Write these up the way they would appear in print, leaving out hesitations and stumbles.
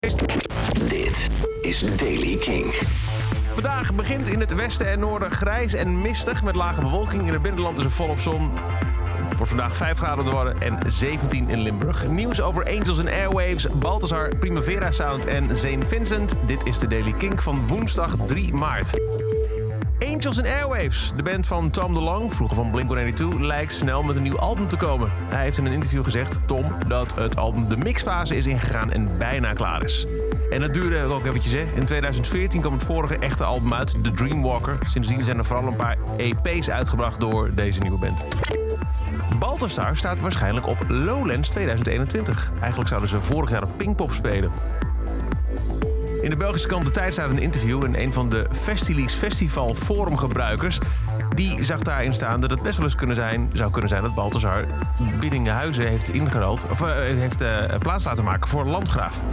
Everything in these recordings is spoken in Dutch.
Dit is Daily King. Vandaag begint in het westen en noorden grijs en mistig met lage bewolking. In het binnenland is er volop zon. Het wordt vandaag 5 graden worden en 17 in Limburg. Nieuws over Angels and Airwaves, Balthazar, Primavera Sound en St. Vincent. Dit is de Daily King van woensdag 3 maart. Angels and Airwaves, de band van Tom DeLonge, vroeger van Blink-182, lijkt snel met een nieuw album te komen. Hij heeft in een interview gezegd, Tom, dat het album de mixfase is ingegaan en bijna klaar is. En dat duurde ook eventjes, hè. In 2014 kwam het vorige echte album uit, The Dreamwalker. Sindsdien zijn er vooral een paar EP's uitgebracht door deze nieuwe band. Balthazar staat waarschijnlijk op Lowlands 2021. Eigenlijk zouden ze vorig jaar op Pinkpop spelen. In de Belgische krant De Tijd staat een interview en een van de Festileaks Festival Forum gebruikers die zag daarin staan dat het best wel eens zou kunnen zijn dat Balthazar Biddinghuizen heeft ingeruild of heeft plaats laten maken voor Landgraaf.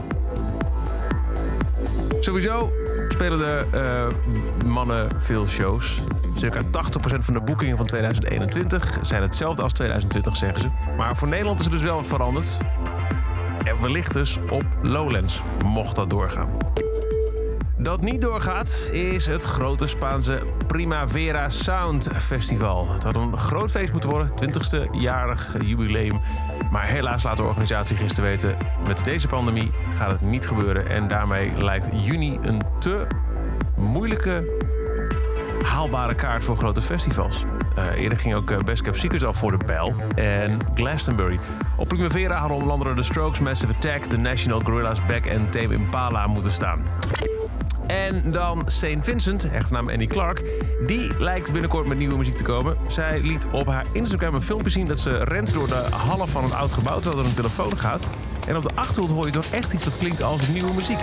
Sowieso spelen de mannen veel shows. Circa 80% van de boekingen van 2021 zijn hetzelfde als 2020, zeggen ze. Maar voor Nederland is er dus wel wat veranderd. En wellicht dus op Lowlands, mocht dat doorgaan. Dat niet doorgaat is het grote Spaanse Primavera Sound Festival. Het had een groot feest moeten worden, 20ste jarig jubileum. Maar helaas laat de organisatie gisteren weten, met deze pandemie gaat het niet gebeuren. En daarmee lijkt juni een te moeilijke haalbare kaart voor grote festivals. Eerder ging ook Best Kept Secret af voor de bel en Glastonbury. Op Primavera hadden onder andere The Strokes, Massive Attack, The National, Gorillaz, Beck en Tame Impala moeten staan. En dan St. Vincent, echtnaam Annie Clark, die lijkt binnenkort met nieuwe muziek te komen. Zij liet op haar Instagram een filmpje zien dat ze rent door de hallen van een oud gebouw terwijl er een telefoon gaat. En op de achtergrond hoor je toch echt iets wat klinkt als nieuwe muziek.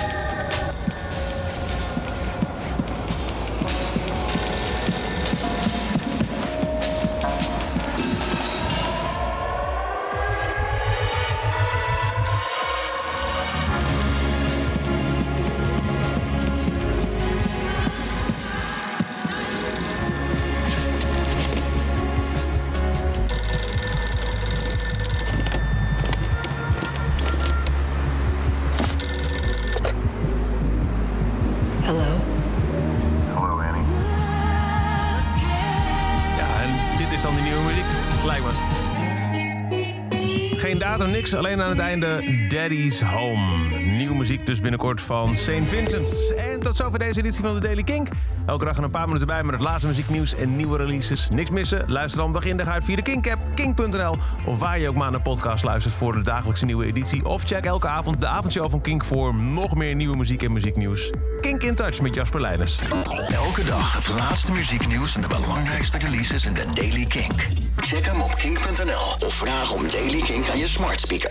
Hallo Annie. Ja, en dit is dan die nieuwe muziek, lijkt me. Geen datum, niks, alleen aan het einde Daddy's Home. Nieuwe muziek dus binnenkort van St. Vincent. En tot zover deze editie van de Daily King. Elke dag een paar minuten bij met het laatste muzieknieuws en nieuwe releases. Niks missen, luister dan dag in dag uit via de King-app, King.nl... of waar je ook maar naar de podcast luistert voor de dagelijkse nieuwe editie. Of check elke avond de avondshow van Kink voor nog meer nieuwe muziek en muzieknieuws. Kink in Touch met Jasper Leijners. Elke dag het laatste muzieknieuws en de belangrijkste releases in de Daily King. Check hem op King.nl of vraag om Daily King aan je smart speaker.